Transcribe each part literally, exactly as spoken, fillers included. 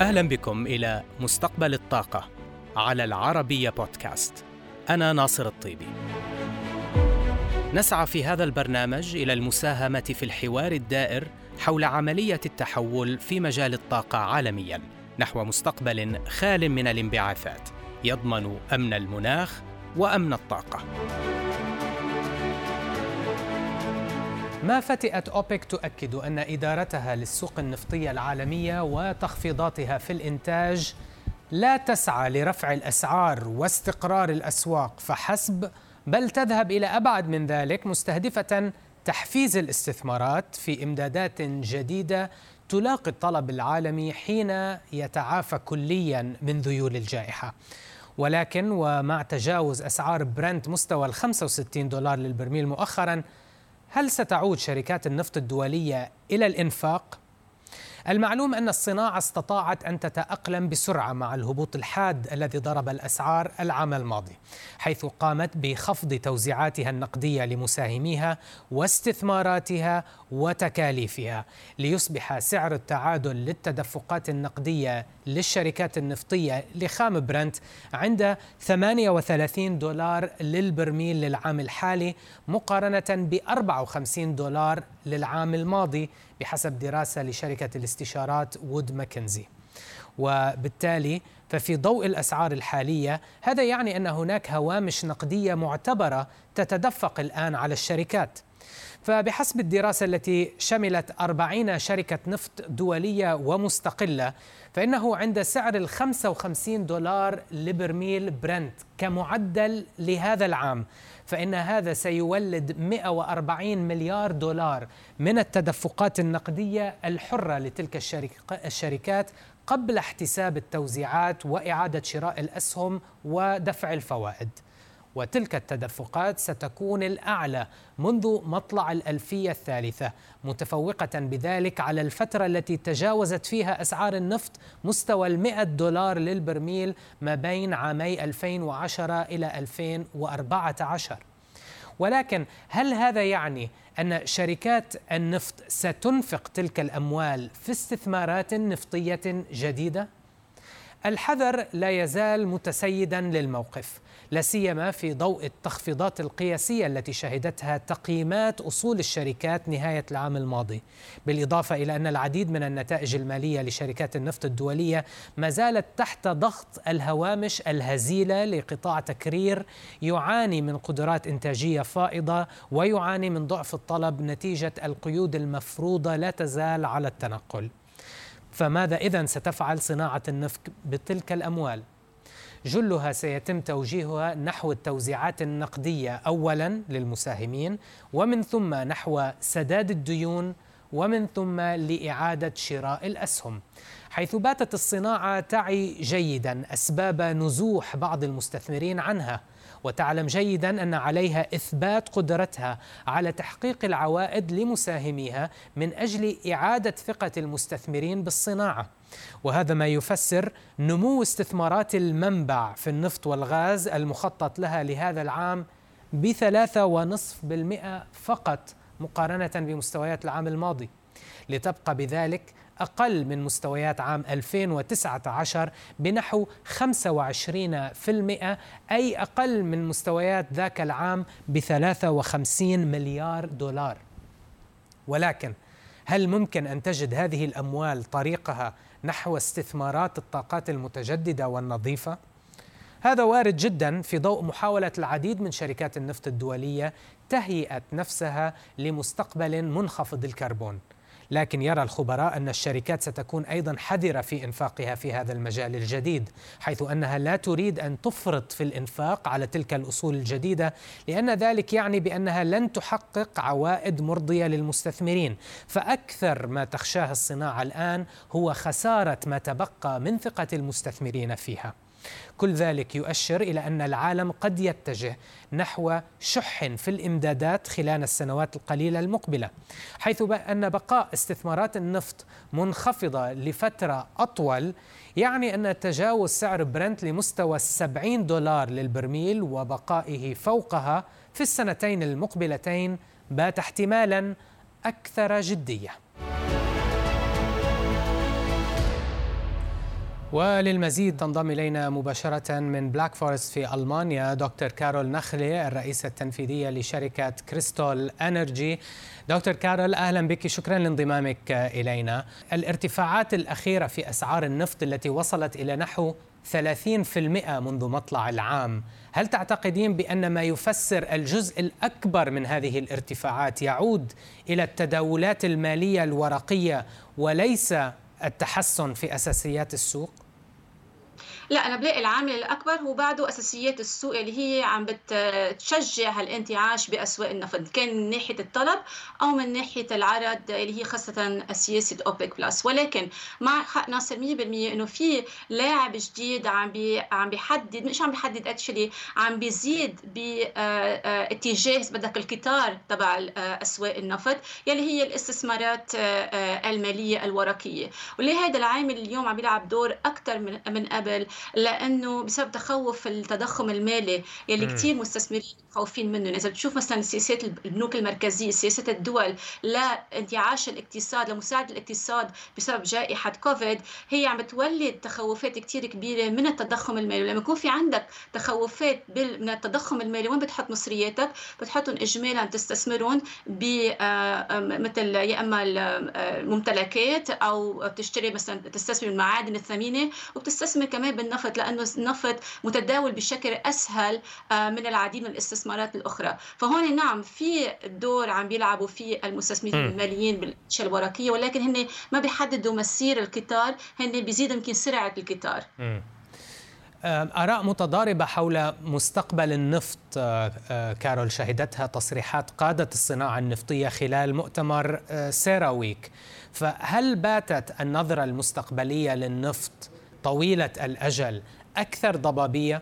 أهلا بكم إلى مستقبل الطاقة على العربية بودكاست. أنا ناصر الطيبي. نسعى في هذا البرنامج إلى المساهمة في الحوار الدائر حول عملية التحول في مجال الطاقة عالمياً نحو مستقبل خال من الانبعاثات يضمن أمن المناخ وأمن الطاقة. ما فتئت أوبك تؤكد أن إدارتها للسوق النفطية العالمية وتخفيضاتها في الإنتاج لا تسعى لرفع الأسعار واستقرار الأسواق فحسب، بل تذهب إلى أبعد من ذلك، مستهدفة تحفيز الاستثمارات في إمدادات جديدة تلاقي الطلب العالمي حين يتعافى كلياً من ذيول الجائحة. ولكن ومع تجاوز أسعار برنت مستوى الخمسة وستين دولار للبرميل مؤخراً، هل ستعود شركات النفط الدولية إلى الإنفاق؟ المعلوم أن الصناعة استطاعت أن تتأقلم بسرعة مع الهبوط الحاد الذي ضرب الأسعار العام الماضي، حيث قامت بخفض توزيعاتها النقدية لمساهميها واستثماراتها وتكاليفها، ليصبح سعر التعادل للتدفقات النقدية للشركات النفطية لخام برنت عند ثمانية وثلاثين دولار للبرميل للعام الحالي، مقارنة ب أربعة وخمسين دولار للعام الماضي بحسب دراسة لشركة الاستشارات وود ماكنزي. وبالتالي ففي ضوء الأسعار الحالية هذا يعني أن هناك هوامش نقدية معتبرة تتدفق الآن على الشركات. فبحسب الدراسة التي شملت أربعين شركة نفط دولية ومستقلة، فإنه عند سعر الخمسة وخمسين دولار لبرميل برنت كمعدل لهذا العام، فإن هذا سيولد مئة وأربعين مليار دولار من التدفقات النقدية الحرة لتلك الشركات قبل احتساب التوزيعات وإعادة شراء الأسهم ودفع الفوائد. وتلك التدفقات ستكون الأعلى منذ مطلع الألفية الثالثة، متفوقة بذلك على الفترة التي تجاوزت فيها أسعار النفط مستوى المئة دولار للبرميل ما بين عامي ألفين وعشرة إلى ألفين وأربعة عشر. ولكن هل هذا يعني أن شركات النفط ستنفق تلك الأموال في استثمارات نفطية جديدة؟ الحذر لا يزال متسيداً للموقف، لا سيما في ضوء التخفيضات القياسية التي شهدتها تقييمات أصول الشركات نهاية العام الماضي، بالإضافة إلى أن العديد من النتائج المالية لشركات النفط الدولية ما زالت تحت ضغط الهوامش الهزيلة لقطاع تكرير يعاني من قدرات إنتاجية فائضة ويعاني من ضعف الطلب نتيجة القيود المفروضة لا تزال على التنقل. فماذا إذن ستفعل صناعة النفط بتلك الأموال؟ جلها سيتم توجيهها نحو التوزيعات النقدية أولاً للمساهمين، ومن ثم نحو سداد الديون، ومن ثم لإعادة شراء الأسهم، حيث باتت الصناعة تعي جيداً أسباب نزوح بعض المستثمرين عنها، وتعلم جيداً أن عليها إثبات قدرتها على تحقيق العوائد لمساهميها من أجل إعادة ثقة المستثمرين بالصناعة. وهذا ما يفسر نمو استثمارات المنبع في النفط والغاز المخطط لها لهذا العام بثلاثة ونصف بالمئة فقط مقارنة بمستويات العام الماضي، لتبقى بذلك أقل من مستويات عام ألفين وتسعة عشر بنحو خمسة وعشرين بالمئة، أي أقل من مستويات ذاك العام بثلاثة وخمسين مليار دولار. ولكن هل ممكن أن تجد هذه الأموال طريقها نحو استثمارات الطاقات المتجددة والنظيفة؟ هذا وارد جدا في ضوء محاولة العديد من شركات النفط الدولية تهيئة نفسها لمستقبل منخفض الكربون. لكن يرى الخبراء أن الشركات ستكون أيضا حذرة في إنفاقها في هذا المجال الجديد، حيث أنها لا تريد أن تفرط في الإنفاق على تلك الأصول الجديدة، لأن ذلك يعني بأنها لن تحقق عوائد مرضية للمستثمرين. فأكثر ما تخشاه الصناعة الآن هو خسارة ما تبقى من ثقة المستثمرين فيها. كل ذلك يؤشر إلى أن العالم قد يتجه نحو شح في الإمدادات خلال السنوات القليلة المقبلة، حيث أن بقاء استثمارات النفط منخفضة لفترة أطول يعني أن تجاوز سعر برنت لمستوى السبعين دولار للبرميل وبقائه فوقها في السنتين المقبلتين بات احتمالاً أكثر جدية. وللمزيد تنضم إلينا مباشرة من بلاك فورست في ألمانيا دكتور كارول نخلي، الرئيسة التنفيذية لشركة كريستال إنرجي. دكتور كارول، أهلا بك، شكرا لانضمامك إلينا. الارتفاعات الأخيرة في أسعار النفط التي وصلت إلى نحو ثلاثين بالمئة منذ مطلع العام، هل تعتقدين بأن ما يفسر الجزء الأكبر من هذه الارتفاعات يعود إلى التداولات المالية الورقية وليس التحسن في أساسيات السوق؟ لا، أنا بلاقي العامل الأكبر هو بعده أساسيات السوق اللي هي عم بتشجع هالانتعاش بأسواق النفط، كان من ناحية الطلب أو من ناحية العرض اللي هي خاصة سياسة أوبك بلس. ولكن مع حق ناصر مية بالمية إنه في لاعب جديد عم بي عم بيحدد، مش عم بيحدد اكشلي، عم بيزيد باتجاه بدك القطار تبع أسواق النفط يلي هي الاستثمارات المالية الورقية، واللي هذا العامل اليوم عم بيلعب دور أكثر من من قبل، لانه بسبب تخوف التضخم المالي يلي كثير مستثمرين خوفين منه. اذا بتشوف مثلا سياسات البنوك المركزيه، سياسات الدول لانتعاش الاقتصاد، لمساعده الاقتصاد بسبب جائحه كوفيد، هي عم بتولد تخوفات كثير كبيره من التضخم المالي. ولما يكون في عندك تخوفات من التضخم المالي، وين بتحط مصرياتك؟ بتحطهم اجمالا تستثمرهم ب مثل يا اما الممتلكات، او بتشتري مثلا تستثمر بالمعادن الثمينه، وبتستثمر كمان بالنفط، لانه النفط متداول بشكل اسهل من العديد من الاستثمارات الاخرى. فهون نعم في دور عم بيلعبوا فيه المستثمرين الماليين بالاشياء الورقيه، ولكن هن ما بيحددوا مسير القطار، هن بيزيدوا يمكن سرعه القطار. آراء متضاربة حول مستقبل النفط كارول شهدتها تصريحات قادة الصناعة النفطية خلال مؤتمر سيراويك، فهل باتت النظرة المستقبلية للنفط طويلة الأجل أكثر ضبابية؟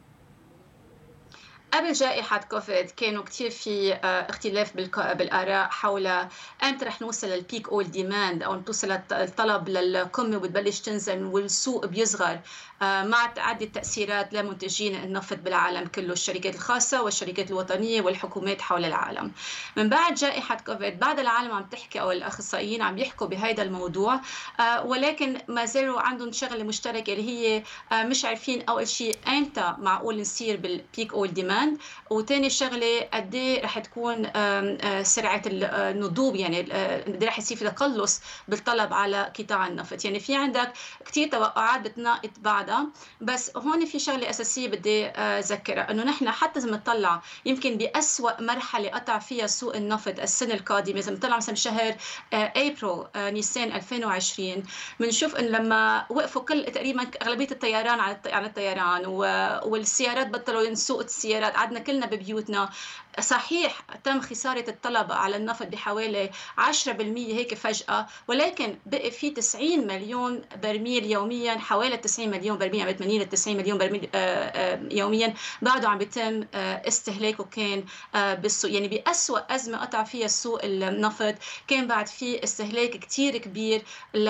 قبل جائحة كوفيد كانوا كتير في اختلاف بالآراء حول أمتى رح نوصل للبيك أول ديماند، أو توصل الطلب للقمة وبتبلش تنزل والسوق بيصغر مع تعدد التأثيرات لمنتجين النفط بالعالم كله، الشركات الخاصة والشركات الوطنية والحكومات حول العالم. من بعد جائحة كوفيد بعد العالم عم تحكي، أو الأخصائيين عم يحكوا بهذا الموضوع، ولكن ما زالوا عندهم شغلة مشتركة اللي هي مش عارفين أول شيء أمتى معقول نصير بالبيك أول ديماند، وتاني شغله قد ايه رح تكون سرعه النضوب، يعني قد رح يصير في تقلص بالطلب على قطاع النفط. يعني في عندك كثير توقعات بتناقض بعضها، بس هون في شغله اساسيه بدي اذكرها، انه نحن حتى اذا بنطلع يمكن بأسوأ مرحله قطع فيها سوق النفط السنه القادمه، اذا بنطلع مثلا شهر ابريل نيسان ألفين وعشرين، بنشوف انه لما وقفوا كل تقريبا اغلبيه الطيران على الطيران والسيارات بطلوا ينسوقوا السيارات، قعدنا كلنا ببيوتنا. صحيح تم خسارة الطلب على النفط بحوالي عشرة بالمئة هيك فجأة، ولكن بقي في تسعين مليون برميل يوميا، حوالي تسعين مليون برميل، عم ثمانين ل تسعين مليون برميل يوميا بعده عم بيتم استهلاكه كان بالسوق. يعني بأسوأ أزمة قطع فيها السوق النفط كان بعد في استهلاك كتير كبير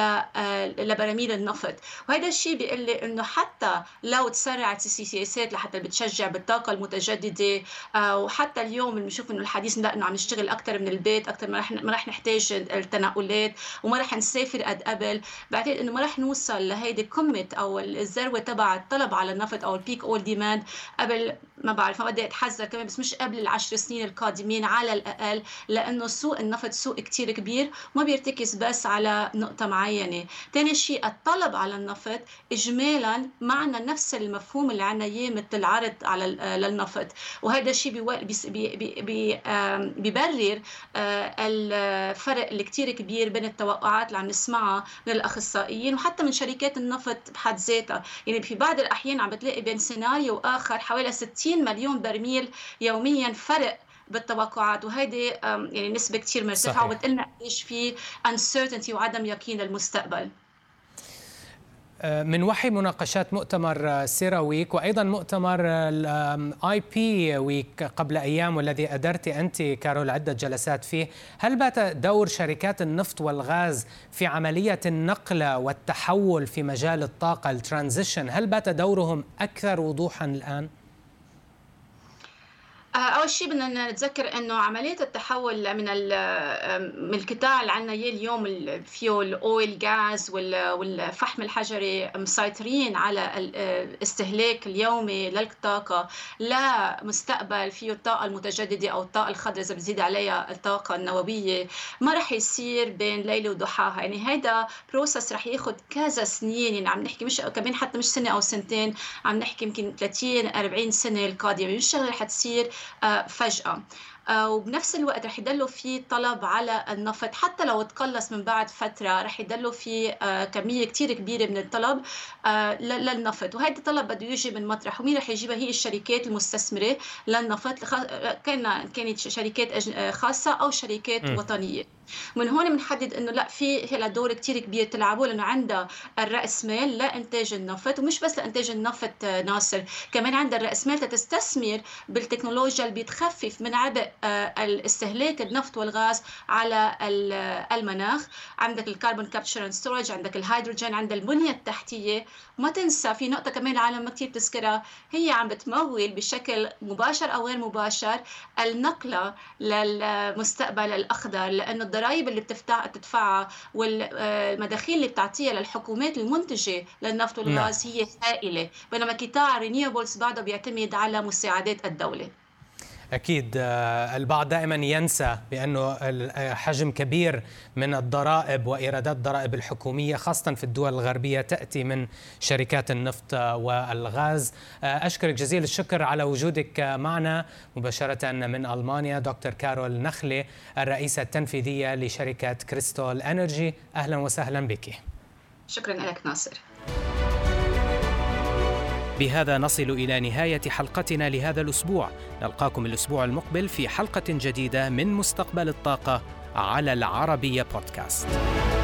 لبراميل النفط، وهذا الشيء بيقول لي انه حتى لو تسرعت السياسات لحتى بتشجع بالطاقة المتجددة، وحتى اليوم بنشوف انه الحديث لا انه عم نشتغل اكثر من البيت، اكثر ما رح ما رح نحتاج التنقلات وما رح نسافر قد قبل، بعتقد انه ما رح نوصل لهيدي قمه او الذروه تبع الطلب على النفط او البيك اول ديماند قبل، ما بعرف، ما بدي اتحذر كمان، بس مش قبل العشر سنين القادمين على الاقل، لانه سوق النفط سوق كتير كبير وما بيرتكز بس على نقطه معينه. ثاني شيء الطلب على النفط اجمالا معنا نفس المفهوم اللي عنا اياه مثل العرض على للنفط، وهذا الشيء بي بي بي بيبرر الفرق اللي كتير كبير بين التوقعات اللي عم نسمعها من الأخصائيين وحتى من شركات النفط بحد ذاتها. يعني في بعض الأحيان عم بتلاقي بين سيناريو وآخر حوالي ستين مليون برميل يوميا فرق بالتوقعات، وهيدي يعني نسبة كتير مرتفعة وبتقلنا قديش في uncertainty وعدم يقين للمستقبل. من وحي مناقشات مؤتمر سيراويك وأيضا مؤتمر الاي بي ويك قبل أيام والذي أدرت أنت كارول عدة جلسات فيه، هل بات دور شركات النفط والغاز في عملية النقلة والتحول في مجال الطاقة الترانزيشن، هل بات دورهم أكثر وضوحا الآن؟ أول شيء بدنا نتذكر إنه عملية التحول من من القطاع اللي عنا إياه اليوم اللي فيه الأويل غاز والفحم الحجري مسيطرين على الاستهلاك اليومي للطاقة لمستقبل فيه الطاقة المتجددة أو الطاقة الخضراء إذا بتزيد عليها الطاقة النووية، ما رح يصير بين ليلة وضحاها. يعني هيدا بروسس رح ياخد كذا سنين، يعني عم نحكي مش كمان حتى مش سنة أو سنتين، عم نحكي يمكن ثلاثين أربعين سنة القادمة، مش شغلة رح تصير فجأة. وبنفس الوقت رح يضلوا في طلب على النفط، حتى لو تقلص من بعد فترة رح يضلوا في كمية كتير كبيرة من الطلب للنفط، وهذا الطلب بده يجي من مطرح، ومين رح يجيبها؟ هي الشركات المستثمرة للنفط، كان كانت شركات خاصة أو شركات م. وطنية. من هون بنحدد انه لا، في هلا دور كتير كبير تلعبه، لانه عندها الراس مال لانتاج النفط، ومش بس لانتاج النفط ناصر، كمان عندها الراس مال تستثمر بالتكنولوجيا اللي بتخفف من عبء الاستهلاك النفط والغاز على المناخ. عندك الكربون كابتشر اند ستورج، عندك الهيدروجين، عندك البنيه التحتيه. ما تنسى في نقطه كمان العالم ما كثير بتذكرها، هي عم بتمول بشكل مباشر او غير مباشر النقله للمستقبل الاخضر، لانه الضرائب اللي بتدفعها والمداخيل اللي بتعطيها للحكومات المنتجه للنفط والغاز هي هائله، بينما قطاع رينيوبلز بعده بيعتمد على مساعدات الدوله. أكيد البعض دائما ينسى بأنه حجم كبير من الضرائب وإيرادات الضرائب الحكومية خاصة في الدول الغربية تأتي من شركات النفط والغاز. أشكرك جزيل الشكر على وجودك معنا مباشرة من ألمانيا دكتور كارول نخلة، الرئيسة التنفيذية لشركة كريستال إنرجي. أهلا وسهلا بك. شكرا لك ناصر. بهذا نصل إلى نهاية حلقتنا لهذا الأسبوع. نلقاكم الأسبوع المقبل في حلقة جديدة من مستقبل الطاقة على العربية بودكاست.